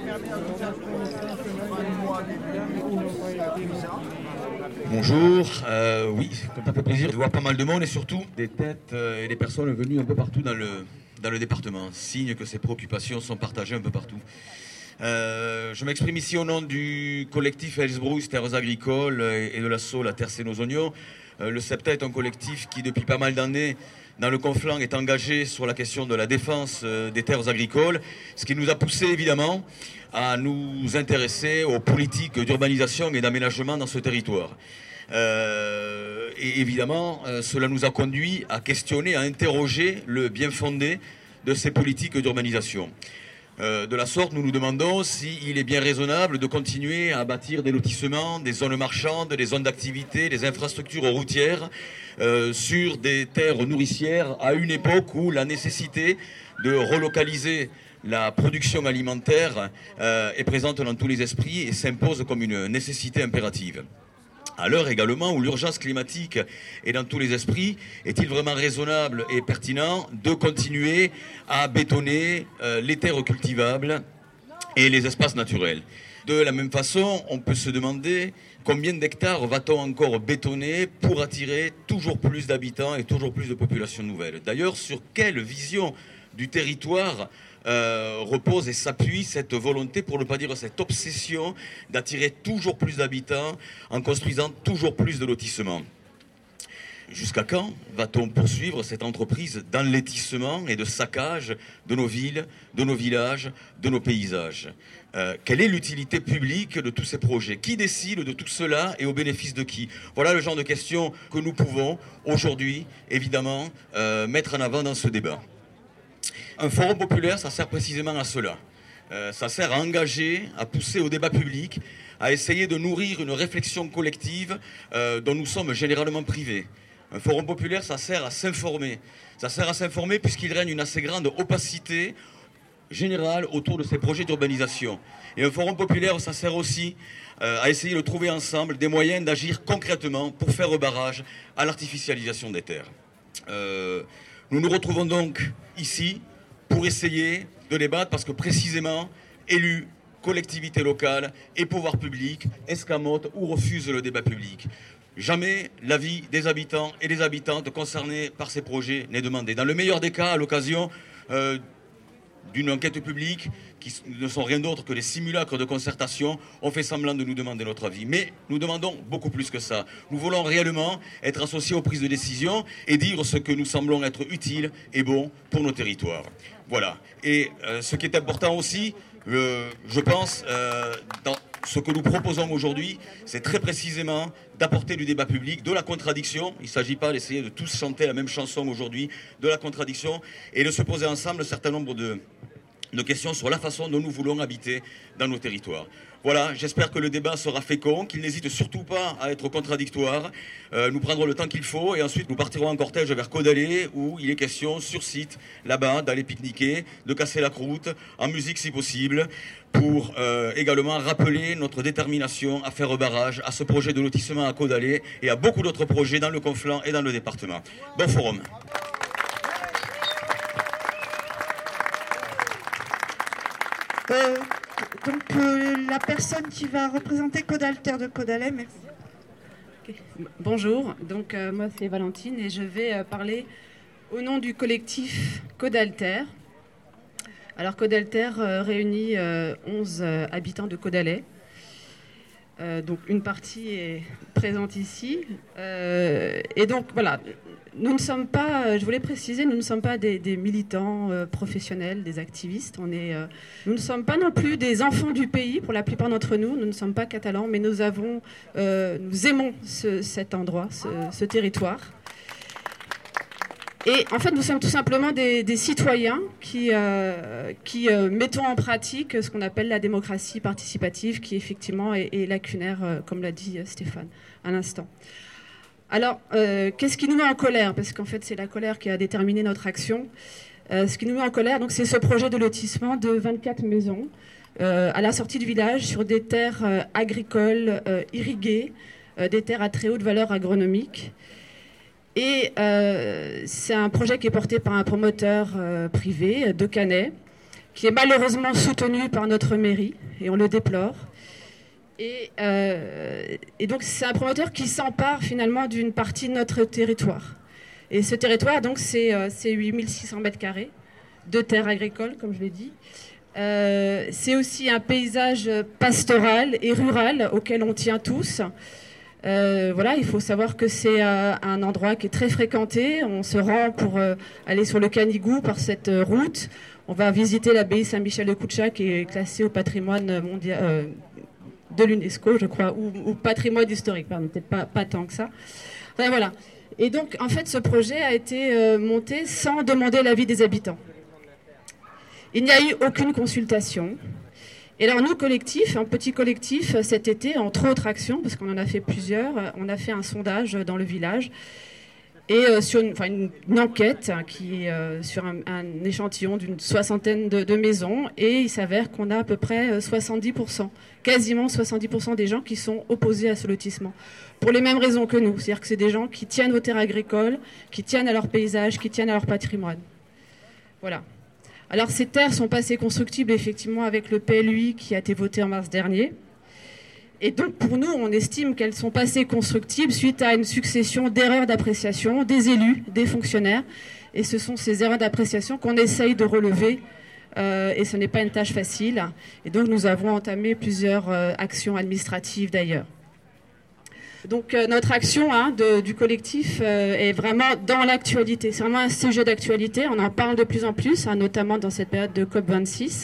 Bonjour, oui, ça me fait plaisir de voir pas mal de monde et surtout des têtes et des personnes venues un peu partout dans le département. Signe que ces préoccupations sont partagées un peu partout. Je m'exprime ici au nom du collectif Elsbruys Terres Agricoles et de l'asso La Terre c'est nos oignons. Le SEPTA est un collectif qui depuis pas mal d'années dans le Conflent est engagé sur la question de la défense des terres agricoles, ce qui nous a poussé évidemment à nous intéresser aux politiques d'urbanisation et d'aménagement dans ce territoire. Et évidemment, cela nous a conduit à questionner, à interroger le bien fondé de ces politiques d'urbanisation. De la sorte, nous nous demandons s'il est bien raisonnable de continuer à bâtir des lotissements, des zones marchandes, des zones d'activité, des infrastructures routières sur des terres nourricières à une époque où la nécessité de relocaliser la production alimentaire est présente dans tous les esprits et s'impose comme une nécessité impérative. À l'heure également où l'urgence climatique est dans tous les esprits, est-il vraiment raisonnable et pertinent de continuer à bétonner les terres cultivables et les espaces naturels? De la même façon, on peut se demander combien d'hectares va-t-on encore bétonner pour attirer toujours plus d'habitants et toujours plus de populations nouvelles? D'ailleurs, sur quelle vision du territoire repose et s'appuie cette volonté, pour ne pas dire cette obsession, d'attirer toujours plus d'habitants en construisant toujours plus de lotissements? Jusqu'à quand va-t-on poursuivre cette entreprise d'enlaitissement et de saccage de nos villes, de nos villages, de nos paysages? Quelle est l'utilité publique de tous ces projets? Qui décide de tout cela et au bénéfice de qui? Voilà le genre de questions que nous pouvons aujourd'hui, évidemment, mettre en avant dans ce débat. Un forum populaire, ça sert précisément à cela. Ça sert à engager, à pousser au débat public, à essayer de nourrir une réflexion collective dont nous sommes généralement privés. Un forum populaire, ça sert à s'informer. Ça sert à s'informer puisqu'il règne une assez grande opacité générale autour de ces projets d'urbanisation. Et un forum populaire, ça sert aussi à essayer de trouver ensemble des moyens d'agir concrètement pour faire barrage à l'artificialisation des terres. Nous nous retrouvons donc ici pour essayer de débattre parce que précisément, élus, collectivités locales et pouvoirs publics escamotent ou refusent le débat public. Jamais l'avis des habitants et des habitantes concernés par ces projets n'est demandé. Dans le meilleur des cas, à l'occasion d'une enquête publique, qui ne sont rien d'autre que des simulacres de concertation, on fait semblant de nous demander notre avis. Mais nous demandons beaucoup plus que ça. Nous voulons réellement être associés aux prises de décision et dire ce que nous semblons être utile et bon pour nos territoires. Voilà. Et ce qui est important aussi, je pense, dans ce que nous proposons aujourd'hui, c'est très précisément d'apporter du débat public, de la contradiction. Il ne s'agit pas d'essayer de tous chanter la même chanson aujourd'hui, de la contradiction, et de se poser ensemble un certain nombre de questions sur la façon dont nous voulons habiter dans nos territoires. Voilà, j'espère que le débat sera fécond, qu'il n'hésite surtout pas à être contradictoire. Nous prendrons le temps qu'il faut et ensuite nous partirons en cortège vers Caudalais où il est question sur site, là-bas, d'aller pique-niquer, de casser la croûte, en musique si possible, pour également rappeler notre détermination à faire barrage à ce projet de lotissement à Caudalais et à beaucoup d'autres projets dans le Conflent et dans le département. Bon forum. Donc la personne qui va représenter Codalter de Caudalais, merci. Okay. Bonjour, donc moi c'est Valentine et je vais parler au nom du collectif Caudalter. Alors Caudalter réunit 11 habitants de Caudalais. Donc une partie est présente ici. Et donc voilà, nous ne sommes pas, je voulais préciser, nous ne sommes pas des militants professionnels, des activistes. Nous ne sommes pas non plus des enfants du pays pour la plupart d'entre nous. Nous ne sommes pas catalans, mais nous aimons cet endroit, ce territoire. Et en fait, nous sommes tout simplement des citoyens qui mettons en pratique ce qu'on appelle la démocratie participative, qui effectivement est lacunaire, comme l'a dit Stéphane à l'instant. Alors, qu'est-ce qui nous met en colère? Parce qu'en fait, c'est la colère qui a déterminé notre action. Ce qui nous met en colère, donc, c'est ce projet de lotissement de 24 maisons à la sortie du village sur des terres agricoles irriguées, des terres à très haute valeur agronomique. Et c'est un projet qui est porté par un promoteur privé de Canet, qui est malheureusement soutenu par notre mairie, et on le déplore. Et donc c'est un promoteur qui s'empare finalement d'une partie de notre territoire. Et ce territoire, donc, c'est 8600 mètres carrés de terres agricoles, comme je l'ai dit. C'est aussi un paysage pastoral et rural auquel on tient tous. Voilà, il faut savoir que c'est un endroit qui est très fréquenté. On se rend pour aller sur le Canigou par cette route. On va visiter l'abbaye Saint-Michel de Coutcha qui est classée au patrimoine mondial de l'UNESCO, je crois, ou patrimoine historique, pardon, peut-être pas tant que ça. Enfin, voilà. Et donc, en fait, ce projet a été monté sans demander l'avis des habitants. Il n'y a eu aucune consultation. Et alors, nous, collectif, un petit collectif, cet été, entre autres actions, parce qu'on en a fait plusieurs, on a fait un sondage dans le village et sur une enquête qui est sur un échantillon d'une soixantaine de maisons. Et il s'avère qu'on a à peu près 70%, quasiment 70% des gens qui sont opposés à ce lotissement. Pour les mêmes raisons que nous. C'est-à-dire que c'est des gens qui tiennent aux terres agricoles, qui tiennent à leur paysage, qui tiennent à leur patrimoine. Voilà. Alors ces terres sont passées constructibles effectivement avec le PLUI qui a été voté en mars dernier. Et donc pour nous, on estime qu'elles sont passées constructibles suite à une succession d'erreurs d'appréciation des élus, des fonctionnaires. Et ce sont ces erreurs d'appréciation qu'on essaye de relever. Et ce n'est pas une tâche facile. Et donc nous avons entamé plusieurs actions administratives d'ailleurs. Donc notre action du collectif est vraiment dans l'actualité. C'est vraiment un sujet d'actualité. On en parle de plus en plus, notamment dans cette période de COP26.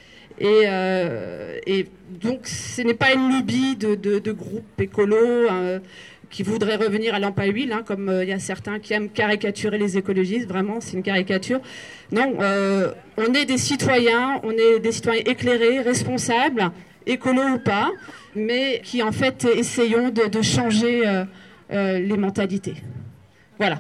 Et donc ce n'est pas une lubie de groupes écolos qui voudraient revenir à lampe à huile, comme il y a certains qui aiment caricaturer les écologistes. Vraiment, c'est une caricature. Non, on est des citoyens éclairés, responsables, écolos ou pas, mais qui en fait essayons de changer les mentalités. Voilà.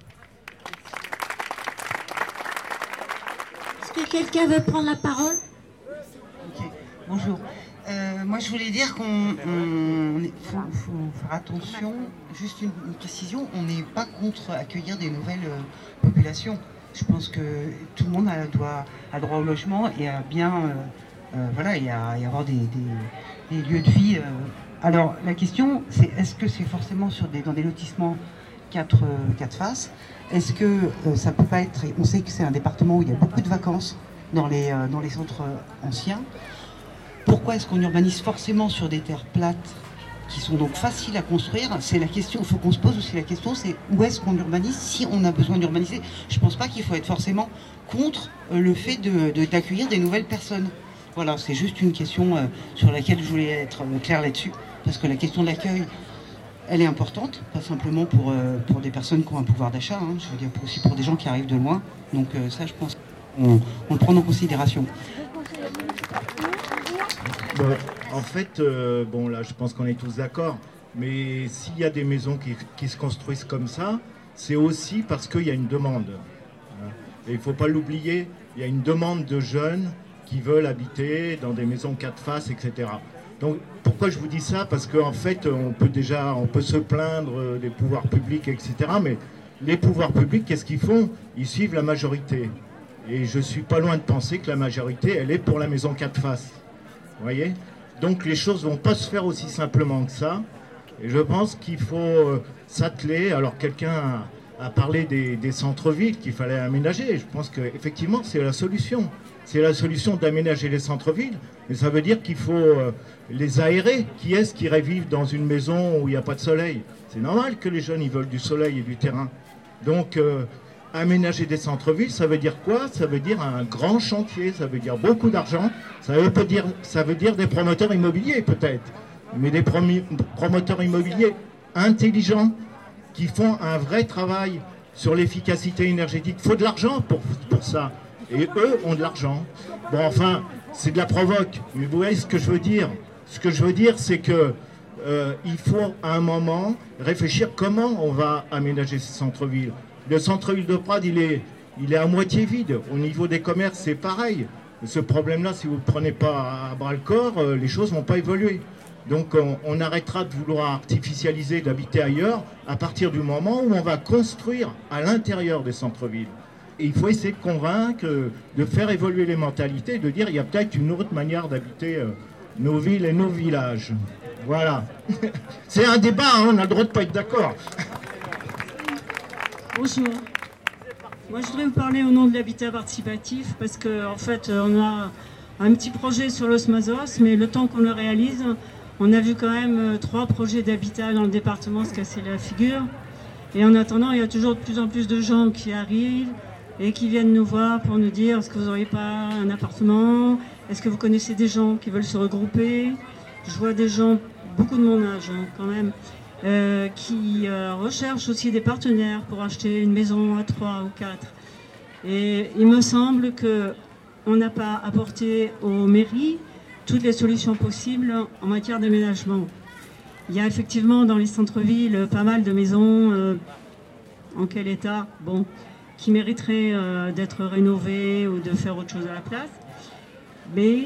Est-ce que quelqu'un veut prendre la parole ? Ok, bonjour. Moi je voulais dire qu'il faut faire attention, juste une précision, on n'est pas contre accueillir des nouvelles populations. Je pense que tout le monde a droit au logement et à bien... et à avoir des lieux de vie. Alors la question, c'est est-ce que c'est forcément dans des lotissements 4 faces ? Est-ce que ça peut pas être... On sait que c'est un département où il y a beaucoup de vacances dans les centres anciens. Pourquoi est-ce qu'on urbanise forcément sur des terres plates qui sont donc faciles à construire ? C'est la question, il faut qu'on se pose aussi la question, c'est où est-ce qu'on urbanise si on a besoin d'urbaniser ? Je ne pense pas qu'il faut être forcément contre le fait d'accueillir des nouvelles personnes. Voilà, c'est juste une question sur laquelle je voulais être clair là-dessus, parce que la question de l'accueil, elle est importante, pas simplement pour des personnes qui ont un pouvoir d'achat, je veux dire aussi pour des gens qui arrivent de loin. Donc ça, je pense qu'on le prend en considération. Bon, en fait, là, je pense qu'on est tous d'accord, mais s'il y a des maisons qui se construisent comme ça, c'est aussi parce qu'il y a une demande. Et il ne faut pas l'oublier, il y a une demande de jeunes qui veulent habiter dans des maisons 4 faces, etc. Donc, pourquoi je vous dis ça ? Parce qu'en fait, on peut se plaindre des pouvoirs publics, etc. Mais les pouvoirs publics, qu'est-ce qu'ils font ? Ils suivent la majorité. Et je ne suis pas loin de penser que la majorité, elle est pour la maison 4 faces. Vous voyez ? Donc, les choses ne vont pas se faire aussi simplement que ça. Et je pense qu'il faut s'atteler. Alors, quelqu'un a parlé des centres-villes qu'il fallait aménager. Je pense qu'effectivement, c'est la solution. C'est la solution d'aménager les centres-villes, mais ça veut dire qu'il faut les aérer. Qui est-ce qui irait vivre dans une maison où il n'y a pas de soleil ? C'est normal que les jeunes ils veulent du soleil et du terrain. Donc, aménager des centres-villes, ça veut dire quoi ? Ça veut dire un grand chantier, ça veut dire beaucoup d'argent, ça veut dire des promoteurs immobiliers peut-être, mais des promoteurs immobiliers intelligents qui font un vrai travail sur l'efficacité énergétique. Il faut de l'argent pour ça. Et eux ont de l'argent. Bon, enfin, c'est de la provoque. Mais vous voyez ce que je veux dire ? Ce que je veux dire, c'est que il faut, à un moment, réfléchir comment on va aménager ces centres-villes. Le centre-ville de Prades, il est à moitié vide. Au niveau des commerces, c'est pareil. Ce problème-là, si vous ne le prenez pas à bras-le-corps, les choses ne vont pas évoluer. Donc, on arrêtera de vouloir artificialiser, d'habiter ailleurs, à partir du moment où on va construire à l'intérieur des centres-villes. Et il faut essayer de convaincre, de faire évoluer les mentalités, de dire il y a peut-être une autre manière d'habiter nos villes et nos villages. Voilà. C'est un débat, hein, on a le droit de ne pas être d'accord. Bonjour. Moi, je voudrais vous parler au nom de l'habitat participatif parce qu'en fait, on a un petit projet sur Los Mazos, mais le temps qu'on le réalise, on a vu quand même 3 projets d'habitat dans le département se casser la figure. Et en attendant, il y a toujours de plus en plus de gens qui arrivent et qui viennent nous voir pour nous dire est-ce que vous n'auriez pas un appartement? Est-ce que vous connaissez des gens qui veulent se regrouper? Je vois des gens, beaucoup de mon âge quand même, qui recherchent aussi des partenaires pour acheter une maison à 3 ou 4. Et il me semble qu'on n'a pas apporté aux mairies toutes les solutions possibles en matière d'aménagement. Il y a effectivement dans les centres-villes pas mal de maisons, en quel état, bon, qui mériteraient d'être rénovées ou de faire autre chose à la place. Mais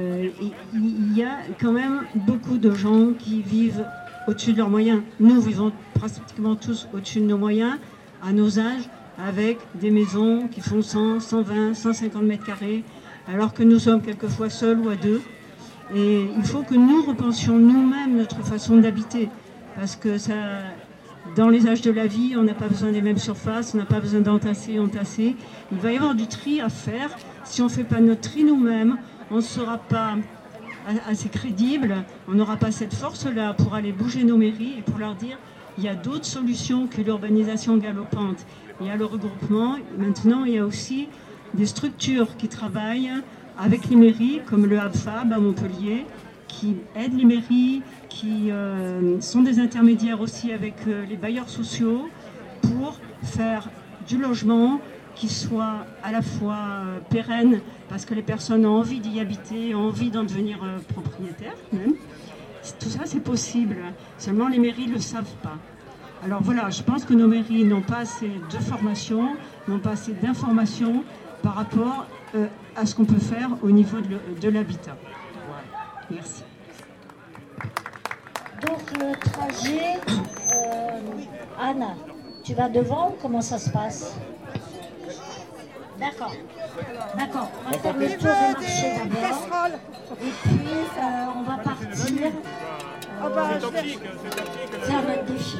il y a quand même beaucoup de gens qui vivent au-dessus de leurs moyens. Nous vivons pratiquement tous au-dessus de nos moyens, à nos âges, avec des maisons qui font 100, 120, 150 mètres carrés, alors que nous sommes quelquefois seuls ou à 2. Et il faut que nous repensions nous-mêmes notre façon d'habiter, parce que ça, dans les âges de la vie, on n'a pas besoin des mêmes surfaces, on n'a pas besoin d'entasser, entasser. Il va y avoir du tri à faire. Si on ne fait pas notre tri nous-mêmes, on ne sera pas assez crédible, on n'aura pas cette force-là pour aller bouger nos mairies et pour leur dire il y a d'autres solutions que l'urbanisation galopante. Il y a le regroupement, maintenant il y a aussi des structures qui travaillent avec les mairies, comme le HabFab à Montpellier, qui aident les mairies, qui sont des intermédiaires aussi avec les bailleurs sociaux pour faire du logement qui soit à la fois pérenne, parce que les personnes ont envie d'y habiter, ont envie d'en devenir propriétaires même. Tout ça c'est possible, seulement les mairies ne le savent pas. Alors voilà, je pense que nos mairies n'ont pas assez de formation, n'ont pas assez d'informations par rapport à ce qu'on peut faire au niveau de l'habitat. Voilà. Merci. Donc le trajet, Anne, tu vas devant ou comment ça se passe? D'accord. D'accord. On va faire le tour du marché d'abord. Et puis on va partir. Faire notre défi.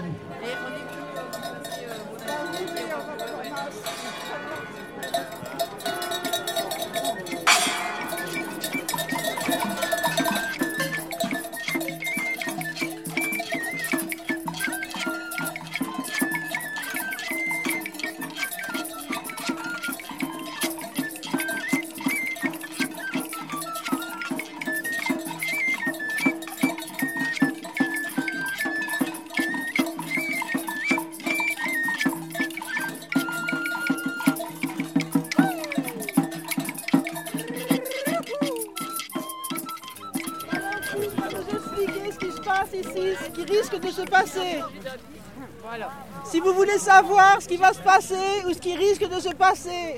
Ce qui risque de se passer. Voilà. Si vous voulez savoir ce qui va se passer ou ce qui risque de se passer,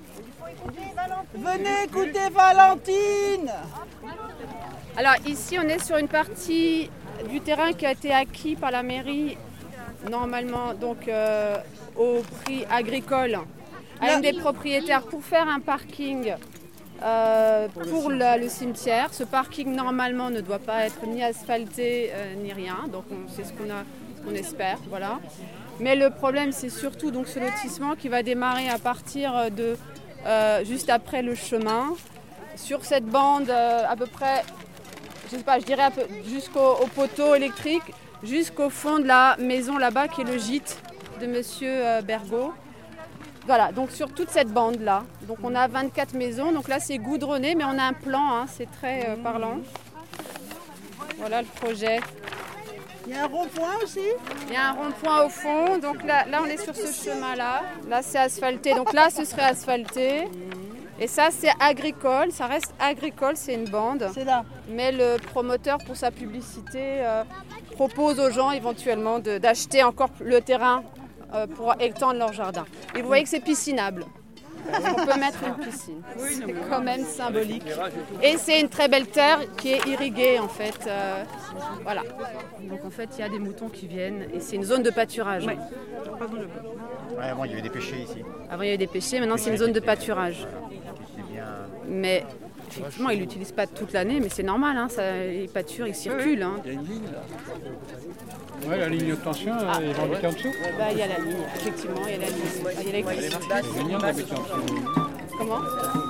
venez écouter Valentine. Alors ici on est sur une partie du terrain qui a été acquis par la mairie normalement donc au prix agricole à une des propriétaires pour faire un parking pour le cimetière. Ce parking normalement ne doit pas être ni asphalté ni rien, donc c'est ce qu'on espère, voilà. Mais le problème c'est surtout donc ce lotissement qui va démarrer à partir de juste après le chemin, sur cette bande à peu près, je sais pas, je dirais jusqu'au poteau électrique, jusqu'au fond de la maison là-bas qui est le gîte de Monsieur Bergot. Voilà, donc sur toute cette bande-là. Donc on a 24 maisons, donc là c'est goudronné, mais on a un plan, hein, c'est très parlant. Voilà le projet. Il y a un rond-point aussi? Il y a un rond-point au fond, donc là on est sur ce chemin-là. Là c'est asphalté, donc là ce serait asphalté. Et ça c'est agricole, ça reste agricole, c'est une bande. C'est là. Mais le promoteur pour sa publicité propose aux gens éventuellement d'acheter encore le terrain pour étendre leur jardin. Et vous voyez que c'est piscinable. On peut mettre une piscine. C'est quand même symbolique. Et c'est une très belle terre qui est irriguée en fait. Voilà. Donc en fait, il y a des moutons qui viennent et c'est une zone de pâturage. Ouais, avant il y avait des pêchers ici. Avant il y avait des pêchers, maintenant c'est une zone de pâturage. Mais effectivement, ils l'utilisent pas toute l'année, mais c'est normal, hein, ils pâturent, ils circulent. Hein. Il y a une ligne là. Ouais, la ligne de tension, ils vont habiter en dessous. Il y a la ligne, effectivement, il y a la ligne. Il y a l'électricité. C'est mignon d'habiter en dessous. Comment ?